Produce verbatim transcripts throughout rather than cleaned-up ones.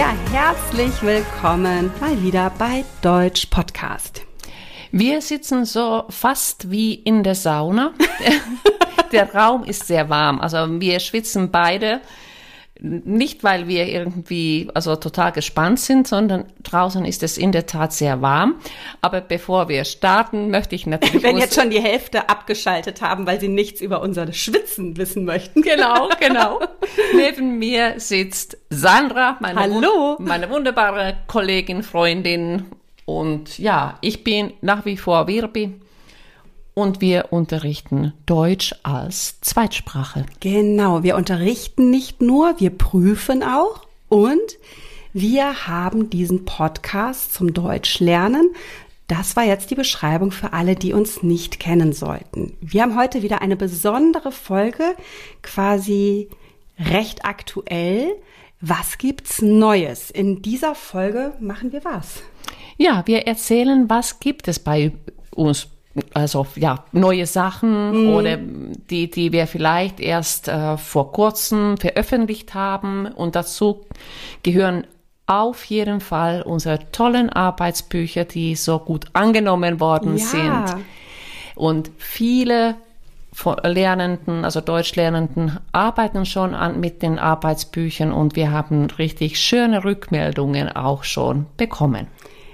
Ja, herzlich willkommen mal wieder bei Deutsch Podcast. Wir sitzen so fast wie in der Sauna. Der Raum ist sehr warm, also wir schwitzen beide. Nicht, weil wir irgendwie also total gespannt sind, sondern draußen ist es in der Tat sehr warm. Aber bevor wir starten, möchte ich natürlich... Wenn jetzt schon die Hälfte abgeschaltet haben, weil sie nichts über unser Schwitzen wissen möchten. Genau, genau. Neben mir sitzt Sandra, meine, Hallo. Wun- meine wunderbare Kollegin, Freundin. Und ja, ich bin nach wie vor Virpi. Und wir unterrichten Deutsch als Zweitsprache. Genau, wir unterrichten nicht nur, wir prüfen auch und wir haben diesen Podcast zum Deutschlernen. Das war jetzt die Beschreibung für alle, die uns nicht kennen sollten. Wir haben heute wieder eine besondere Folge, quasi recht aktuell. Was gibt's Neues? In dieser Folge machen wir was? Ja, wir erzählen, was gibt es bei uns. Also ja, neue Sachen mhm. oder die, die wir vielleicht erst äh, vor kurzem veröffentlicht haben. Und dazu gehören auf jeden Fall unsere tollen Arbeitsbücher, die so gut angenommen worden ja. sind. Und viele Lernenden, also Deutschlernenden, arbeiten schon an, mit den Arbeitsbüchern und wir haben richtig schöne Rückmeldungen auch schon bekommen.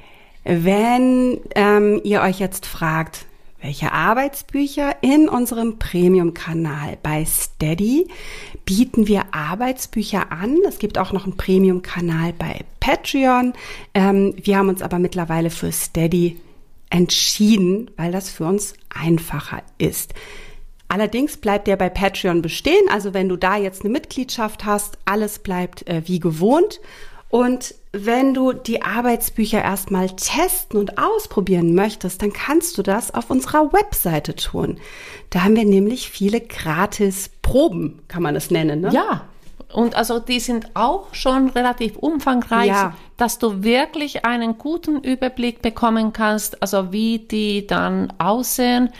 Wenn ähm, ihr euch jetzt fragt, welche Arbeitsbücher in unserem Premium-Kanal bei Steady bieten wir Arbeitsbücher an. Es gibt auch noch einen Premium-Kanal bei Patreon. Ähm, wir haben uns aber mittlerweile für Steady entschieden, weil das für uns einfacher ist. Allerdings bleibt der bei Patreon bestehen. Also wenn du da jetzt eine Mitgliedschaft hast, alles bleibt äh, wie gewohnt. Und wenn du die Arbeitsbücher erstmal testen und ausprobieren möchtest, dann kannst du das auf unserer Webseite tun. Da haben wir nämlich viele gratis Proben, kann man es nennen, ne? Ja, und also die sind auch schon relativ umfangreich, ja. dass du wirklich einen guten Überblick bekommen kannst, also wie die dann aussehen.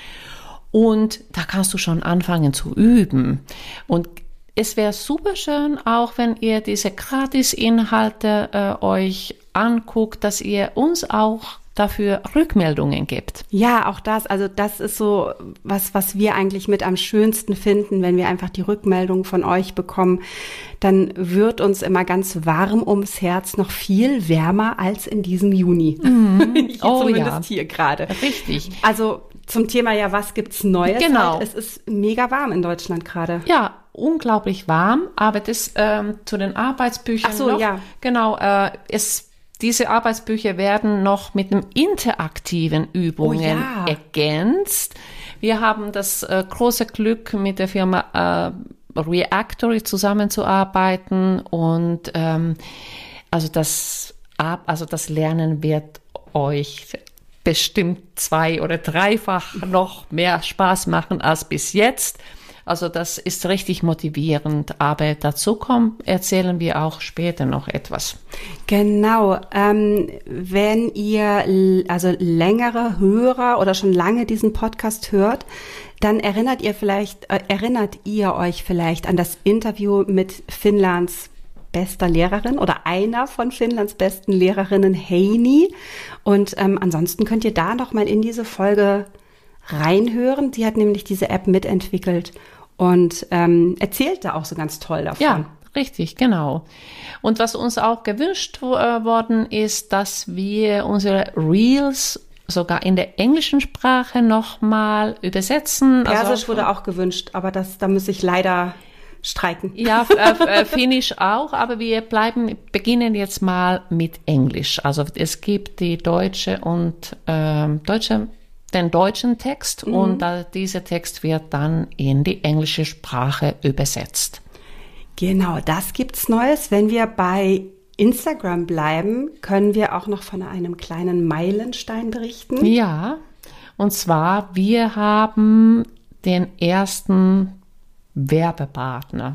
Und da kannst du schon anfangen zu üben. Und es wäre super schön, auch wenn ihr diese Gratis-Inhalte äh, euch anguckt, dass ihr uns auch dafür Rückmeldungen gibt. Ja, auch das, also das ist so was, was wir eigentlich mit am schönsten finden, wenn wir einfach die Rückmeldung von euch bekommen, dann wird uns immer ganz warm ums Herz, noch viel wärmer als in diesem Juni. Mhm. Oh, zumindest ja. hier gerade. Richtig. Also zum Thema ja, was gibt's Neues? Genau. Halt, es ist mega warm in Deutschland gerade. Ja, unglaublich warm, aber das ähm, zu den Arbeitsbüchern Ach so, noch. Ja. Genau, äh, es diese Arbeitsbücher werden noch mit einem interaktiven Übungen oh, ja. ergänzt. Wir haben das äh, große Glück, mit der Firma äh, Reactory zusammenzuarbeiten und ähm, also das also das Lernen wird euch bestimmt zwei- oder dreifach noch mehr Spaß machen als bis jetzt. Also das ist richtig motivierend, aber dazu kommen, erzählen wir auch später noch etwas. Genau, ähm, wenn ihr l- also längere Hörer oder schon lange diesen Podcast hört, dann erinnert ihr vielleicht, äh, erinnert ihr euch vielleicht an das Interview mit Finnlands bester Lehrerin oder einer von Finnlands besten Lehrerinnen, Heini. Und ähm, ansonsten könnt ihr da noch mal in diese Folge reinhören. Sie hat nämlich diese App mitentwickelt und ähm, erzählt da auch so ganz toll davon. Ja, richtig, genau. Und was uns auch gewünscht äh, worden ist, dass wir unsere Reels sogar in der englischen Sprache nochmal übersetzen. Persisch also, wurde auch gewünscht, aber das, da muss ich leider streiken. Ja, äh, Finnisch auch, aber wir bleiben, beginnen jetzt mal mit Englisch. Also es gibt die deutsche und ähm, deutsche den deutschen Text mhm. und äh, dieser Text wird dann in die englische Sprache übersetzt. Genau, das gibt's Neues. Wenn wir bei Instagram bleiben, können wir auch noch von einem kleinen Meilenstein berichten. Ja, und zwar, wir haben den ersten Werbepartner.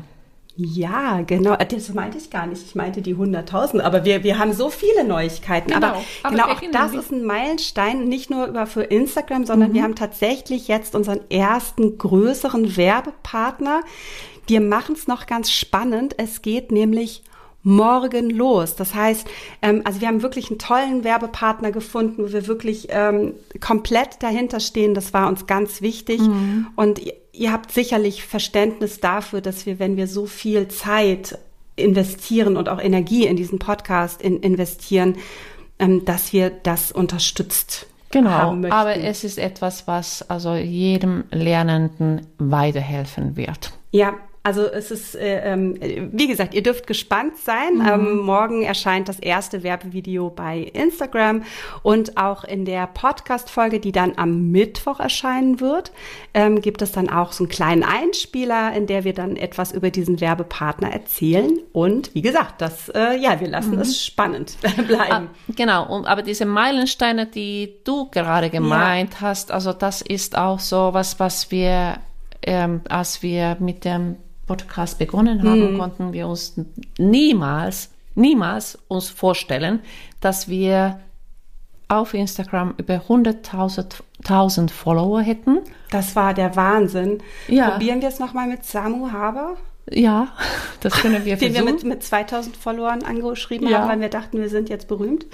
Ja, genau. Das meinte ich gar nicht. Ich meinte die hunderttausend. Aber wir, wir haben so viele Neuigkeiten. Genau, aber, aber genau, auch genau, das ist ein Meilenstein, nicht nur über für Instagram, sondern mhm. wir haben tatsächlich jetzt unseren ersten größeren Werbepartner. Wir machen es noch ganz spannend. Es geht nämlich morgen los. Das heißt, ähm, also wir haben wirklich einen tollen Werbepartner gefunden, wo wir wirklich ähm, komplett dahinter stehen. Das war uns ganz wichtig. Mhm. Und ihr, ihr habt sicherlich Verständnis dafür, dass wir, wenn wir so viel Zeit investieren und auch Energie in diesen Podcast in, investieren, ähm, dass wir das unterstützt genau, haben möchten. Aber es ist etwas, was also jedem Lernenden weiterhelfen wird. Ja, also es ist, äh, äh, wie gesagt, ihr dürft gespannt sein. Mhm. Ähm, morgen erscheint das erste Werbevideo bei Instagram und auch in der Podcast-Folge, die dann am Mittwoch erscheinen wird, ähm, gibt es dann auch so einen kleinen Einspieler, in der wir dann etwas über diesen Werbepartner erzählen. Und wie gesagt, das, äh, ja, wir lassen mhm. es spannend bleiben. Ah, genau, und, aber diese Meilensteine, die du gerade gemeint ja. hast, also das ist auch so was, was wir, ähm, als wir mit dem Podcast begonnen haben, hm. konnten wir uns niemals, niemals uns vorstellen, dass wir auf Instagram über hunderttausend Follower hätten. Das war der Wahnsinn. Ja. Probieren wir es nochmal mit Samu Haber? Ja, das können wir versuchen. Den wir mit, mit zweitausend Followern angeschrieben ja. haben, weil wir dachten, wir sind jetzt berühmt.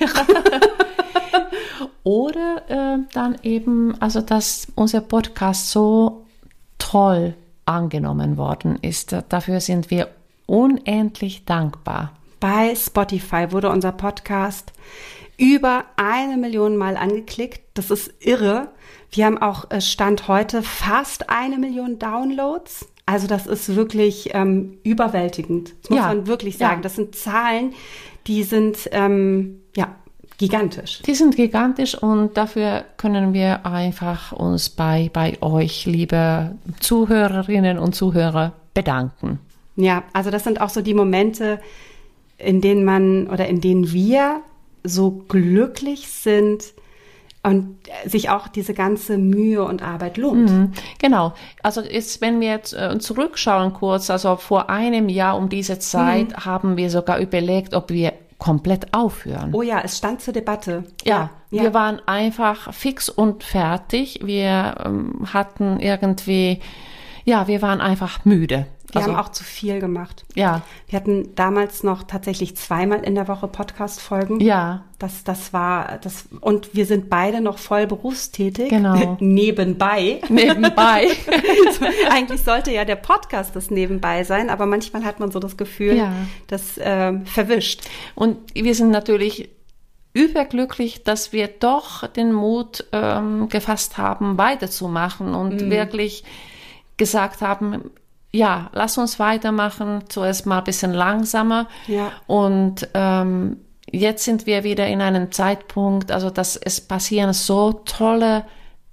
Oder äh, dann eben, also dass unser Podcast so toll angenommen worden ist. Dafür sind wir unendlich dankbar. Bei Spotify wurde unser Podcast über eine Million Mal angeklickt. Das ist irre. Wir haben auch Stand heute fast eine Million Downloads. Also das ist wirklich ähm, überwältigend. Das muss ja. man wirklich sagen. Ja. Das sind Zahlen, die sind ähm, ja gigantisch. Die sind gigantisch und dafür können wir einfach uns bei, bei euch, liebe Zuhörerinnen und Zuhörer, bedanken. Ja, also das sind auch so die Momente, in denen man oder in denen wir so glücklich sind und sich auch diese ganze Mühe und Arbeit lohnt. Mhm, genau. Also jetzt, wenn wir jetzt äh, zurückschauen kurz, also vor einem Jahr um diese Zeit mhm. haben wir sogar überlegt, ob wir komplett aufhören. Oh ja, es stand zur Debatte. Ja, ja. Wir waren einfach fix und fertig. Wir ähm, hatten irgendwie, ja, wir waren einfach müde. Wir also, haben auch zu viel gemacht. Ja. Wir hatten damals noch tatsächlich zweimal in der Woche Podcast-Folgen. Ja. Das, das war, das, und wir sind beide noch voll berufstätig. Genau. Nebenbei. Nebenbei. Eigentlich sollte ja der Podcast das Nebenbei sein, aber manchmal hat man so das Gefühl, ja. das äh, verwischt. Und wir sind natürlich überglücklich, dass wir doch den Mut ähm, gefasst haben, weiterzumachen und mhm. wirklich gesagt haben, ja, lass uns weitermachen, zuerst mal ein bisschen langsamer. Ja. Und ähm, jetzt sind wir wieder in einem Zeitpunkt, also dass es passieren so tolle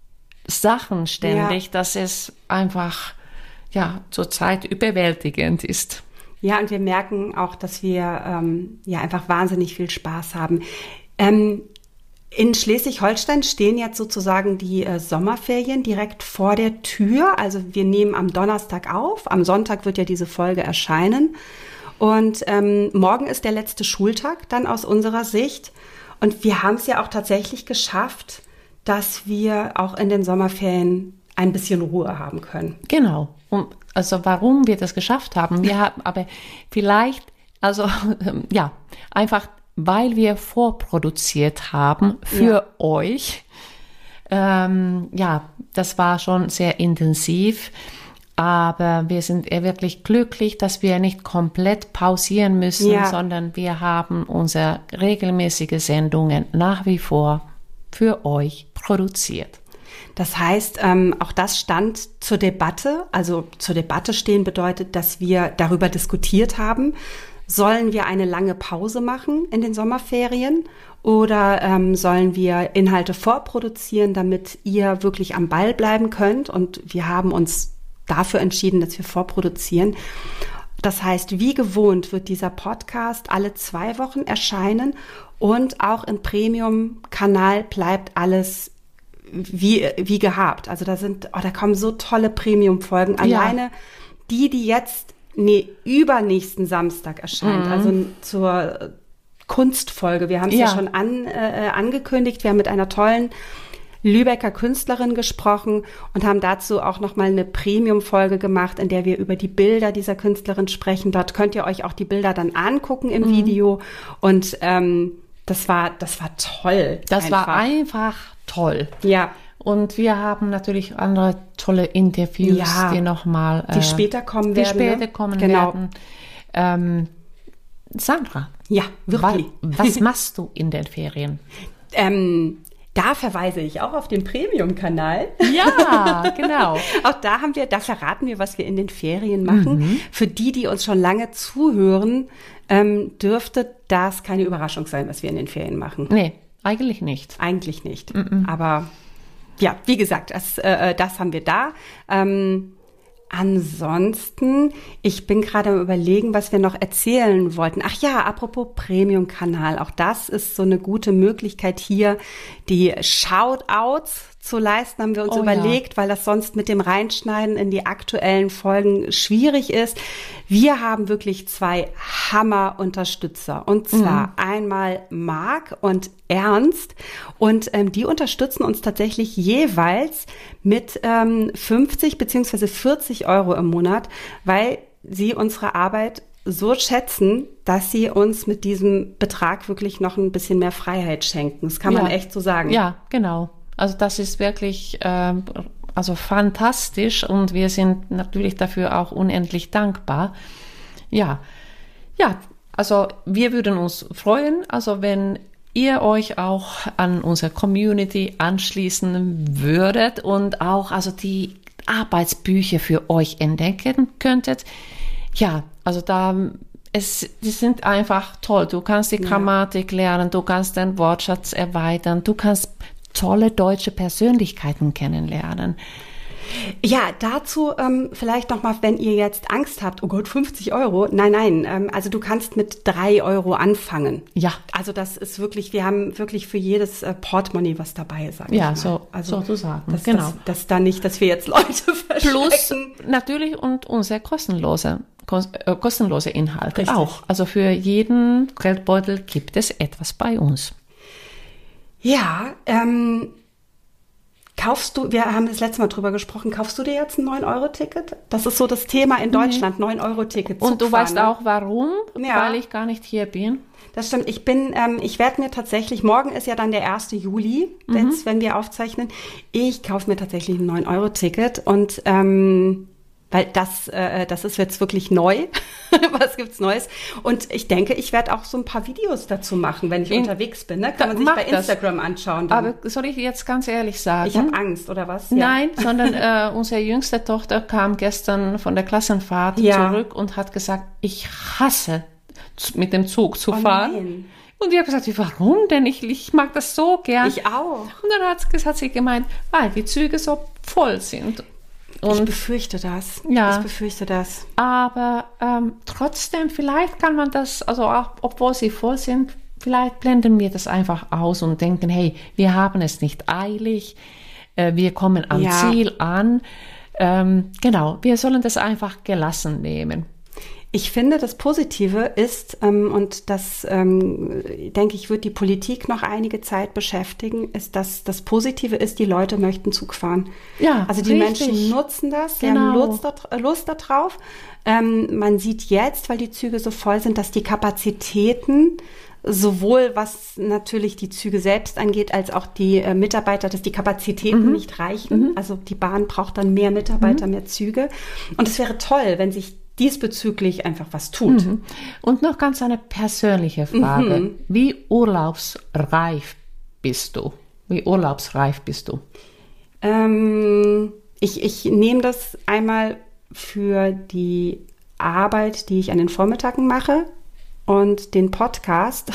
Sachen ständig, ja. dass es einfach ja zurzeit überwältigend ist. Ja, und wir merken auch, dass wir ähm, ja einfach wahnsinnig viel Spaß haben. Ähm, In Schleswig-Holstein stehen jetzt sozusagen die äh, Sommerferien direkt vor der Tür. Also wir nehmen am Donnerstag auf. Am Sonntag wird ja diese Folge erscheinen. Und ähm, morgen ist der letzte Schultag dann aus unserer Sicht. Und wir haben es ja auch tatsächlich geschafft, dass wir auch in den Sommerferien ein bisschen Ruhe haben können. Genau. Und also warum wir das geschafft haben, wir haben aber vielleicht, also ja, einfach weil wir vorproduziert haben für ja. euch. Ähm, ja, das war schon sehr intensiv, aber wir sind wirklich glücklich, dass wir nicht komplett pausieren müssen, ja. sondern wir haben unsere regelmäßige Sendungen nach wie vor für euch produziert. Das heißt, ähm, auch das stand zur Debatte. Also zur Debatte stehen bedeutet, dass wir darüber diskutiert haben, sollen wir eine lange Pause machen in den Sommerferien oder ähm, sollen wir Inhalte vorproduzieren, damit ihr wirklich am Ball bleiben könnt? Und wir haben uns dafür entschieden, dass wir vorproduzieren. Das heißt, wie gewohnt wird dieser Podcast alle zwei Wochen erscheinen und auch im Premium-Kanal bleibt alles wie, wie gehabt. Also da sind, oh, da kommen so tolle Premium-Folgen. Alleine ja. die, die jetzt Nee, übernächsten Samstag erscheint, mhm. also zur Kunstfolge. Wir haben es ja. ja schon an, äh, angekündigt. Wir haben mit einer tollen Lübecker Künstlerin gesprochen und haben dazu auch nochmal eine Premium-Folge gemacht, in der wir über die Bilder dieser Künstlerin sprechen. Dort könnt ihr euch auch die Bilder dann angucken im mhm. Video. Und ähm, das war, das war toll. Das einfach. war einfach toll. Ja. Und wir haben natürlich andere tolle Interviews, ja, die nochmal die äh, später kommen die werden. Die später ne? kommen genau. werden. Ähm, Sandra. Ja, wirklich. Was machst du in den Ferien? ähm, da verweise ich auch auf den Premium-Kanal. Ja, genau. Auch da haben wir, da verraten wir, was wir in den Ferien machen. Mhm. Für die, die uns schon lange zuhören, ähm, dürfte das keine Überraschung sein, was wir in den Ferien machen. Nee, eigentlich nicht. Eigentlich nicht. Mhm. Aber ja, wie gesagt, das, äh, das haben wir da. Ähm, Ansonsten, ich bin gerade am Überlegen, was wir noch erzählen wollten. Ach ja, apropos Premium-Kanal, auch das ist so eine gute Möglichkeit hier, die Shoutouts zu leisten, haben wir uns oh, überlegt, ja. weil das sonst mit dem Reinschneiden in die aktuellen Folgen schwierig ist. Wir haben wirklich zwei Hammer-Unterstützer und zwar mhm. einmal Marc und Ernst und ähm, die unterstützen uns tatsächlich jeweils mit ähm, fünfzig beziehungsweise vierzig Euro im Monat, weil sie unsere Arbeit so schätzen, dass sie uns mit diesem Betrag wirklich noch ein bisschen mehr Freiheit schenken. Das kann man ja. echt so sagen. Ja, genau. Also das ist wirklich ähm, also fantastisch und wir sind natürlich dafür auch unendlich dankbar. Ja, ja, also wir würden uns freuen, also wenn ihr euch auch an unsere Community anschließen würdet und auch also die Arbeitsbücher für euch entdecken könntet. Ja, also da es die sind einfach toll. Du kannst die ja. Grammatik lernen, du kannst deinen Wortschatz erweitern, du kannst tolle deutsche Persönlichkeiten kennenlernen. Ja, dazu ähm, vielleicht nochmal, wenn ihr jetzt Angst habt, oh Gott, fünfzig Euro. Nein, nein, ähm, also du kannst mit drei Euro anfangen. Ja. Also das ist wirklich, wir haben wirklich für jedes äh, Portemonnaie was dabei, sag ich ja, mal. so, also, sozusagen, das, genau. Das, das da nicht, dass wir jetzt Leute verschrecken. Plus natürlich und unsere kostenlose, äh, kostenlose Inhalte Richtig. Auch. Also für jeden Geldbeutel gibt es etwas bei uns. Ja, ähm, kaufst du, wir haben das letzte Mal drüber gesprochen, kaufst du dir jetzt ein neun Euro Ticket? Das ist so das Thema in Deutschland, neun Euro Ticket. Und du weißt auch warum? Ja. Weil ich gar nicht hier bin. Das stimmt. Ich bin, ähm, ich werde mir tatsächlich, morgen ist ja dann der erste Juli, mhm. jetzt, wenn wir aufzeichnen. Ich kaufe mir tatsächlich ein neun Euro Ticket und ähm, weil das, äh, das ist jetzt wirklich neu. Was gibt's Neues? Und ich denke, ich werde auch so ein paar Videos dazu machen, wenn ich In, unterwegs bin. Ne? Kann man sich bei Instagram das. anschauen. Dann. Aber soll ich jetzt ganz ehrlich sagen? Ich habe Angst, oder was? Ja. Nein, sondern äh, unsere jüngste Tochter kam gestern von der Klassenfahrt ja. zurück und hat gesagt, ich hasse mit dem Zug zu oh fahren. Nein. Und ich habe gesagt, warum denn? Ich, ich mag das so gern. Ich auch. Und dann hat, hat sie gemeint, weil die Züge so voll sind. Und ich befürchte das. Ja. Ich befürchte das. Aber ähm, trotzdem, vielleicht kann man das, also auch, obwohl sie voll sind, vielleicht blenden wir das einfach aus und denken, hey, wir haben es nicht eilig, äh, wir kommen am ja. Ziel an. Ähm, genau, wir sollen das einfach gelassen nehmen. Ich finde, das Positive ist, ähm, und das, ähm, denke ich, wird die Politik noch einige Zeit beschäftigen, ist, dass das Positive ist, die Leute möchten Zug fahren. Ja, also die richtig. Menschen nutzen das, sie genau. haben Lust, da, Lust darauf. Ähm, man sieht jetzt, weil die Züge so voll sind, dass die Kapazitäten, sowohl was natürlich die Züge selbst angeht, als auch die äh, Mitarbeiter, dass die Kapazitäten mhm. nicht reichen. Mhm. Also die Bahn braucht dann mehr Mitarbeiter, mhm. mehr Züge. Und es wäre toll, wenn sich diesbezüglich einfach was tut. Mhm. Und noch ganz eine persönliche Frage. Mhm. Wie urlaubsreif bist du? Wie urlaubsreif bist du? Ähm, ich, ich nehme das einmal für die Arbeit, die ich an den Vormittagen mache und den Podcast.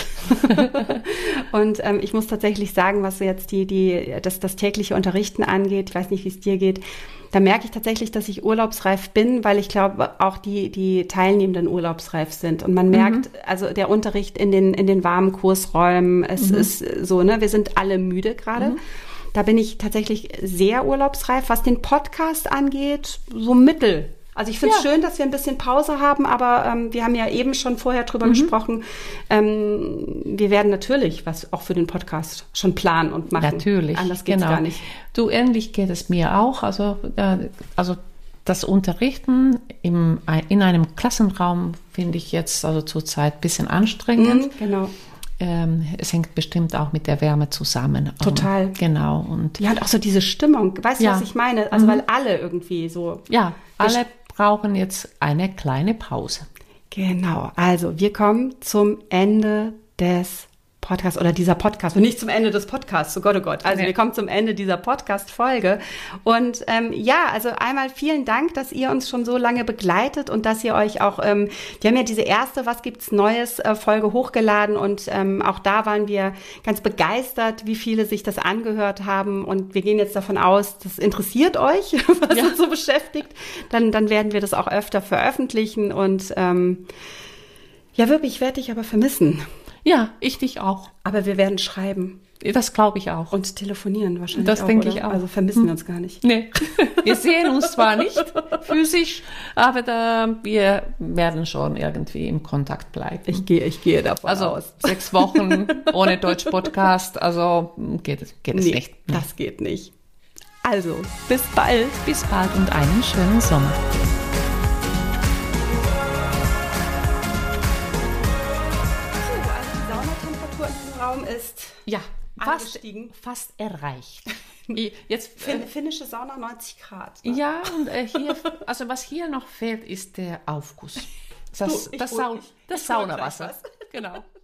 Und ähm, ich muss tatsächlich sagen, was jetzt die, die, das, das tägliche Unterrichten angeht, ich weiß nicht, wie es dir geht, da merke ich tatsächlich, dass ich urlaubsreif bin, weil ich glaube, auch die, die Teilnehmenden urlaubsreif sind. Und man merkt, mhm. also der Unterricht in den, in den warmen Kursräumen, es mhm. ist so, ne, wir sind alle müde gerade. Mhm. Da bin ich tatsächlich sehr urlaubsreif. Was den Podcast angeht, so mittel. Also ich finde es Ja. schön, dass wir ein bisschen Pause haben, aber ähm, wir haben ja eben schon vorher drüber mhm. gesprochen. Ähm, wir werden natürlich was auch für den Podcast schon planen und machen. Natürlich. Anders geht's genau. gar nicht. Du, ähnlich geht es mir auch. Also, äh, also das Unterrichten im, in einem Klassenraum finde ich jetzt also zurzeit ein bisschen anstrengend. Mhm, genau. Ähm, es hängt bestimmt auch mit der Wärme zusammen. Total. Um, genau. Und ja, und auch so diese Stimmung. Weißt du, ja. was ich meine? Also, mhm. weil alle irgendwie so. Ja, alle brauchen jetzt eine kleine Pause. Genau. Also, wir kommen zum Ende des Podcast oder dieser Podcast und nicht zum Ende des Podcasts, oh Gott, oh Gott. Also nee. wir kommen zum Ende dieser Podcast-Folge und ähm, ja, also einmal vielen Dank, dass ihr uns schon so lange begleitet und dass ihr euch auch, ähm, die haben ja diese erste Was gibt's Neues äh, Folge hochgeladen und ähm, auch da waren wir ganz begeistert, wie viele sich das angehört haben und wir gehen jetzt davon aus, das interessiert euch, was ja. uns so beschäftigt, dann, dann werden wir das auch öfter veröffentlichen und ähm, ja wirklich, ich werde dich aber vermissen. Ja, ich dich auch. Aber wir werden schreiben. Das glaube ich auch. Und telefonieren wahrscheinlich das auch, Das denke oder? ich auch. Also vermissen hm. wir uns gar nicht. Nee, wir sehen uns zwar nicht physisch, aber da, wir werden schon irgendwie im Kontakt bleiben. Ich gehe ich gehe davon also, aus. Also sechs Wochen ohne Deutsch-Podcast, also geht, geht es nee, nicht. Das geht nicht. Also, bis bald. Bis bald und einen schönen Sommer. Ist ja fast, fast erreicht. Jetzt fin finnische Sauna neunzig Grad. Ne? Ja, und äh, hier, also was hier noch fehlt, ist der Aufguss. Das, du, das, hol, Sau ich, das ich Saunawasser. Genau.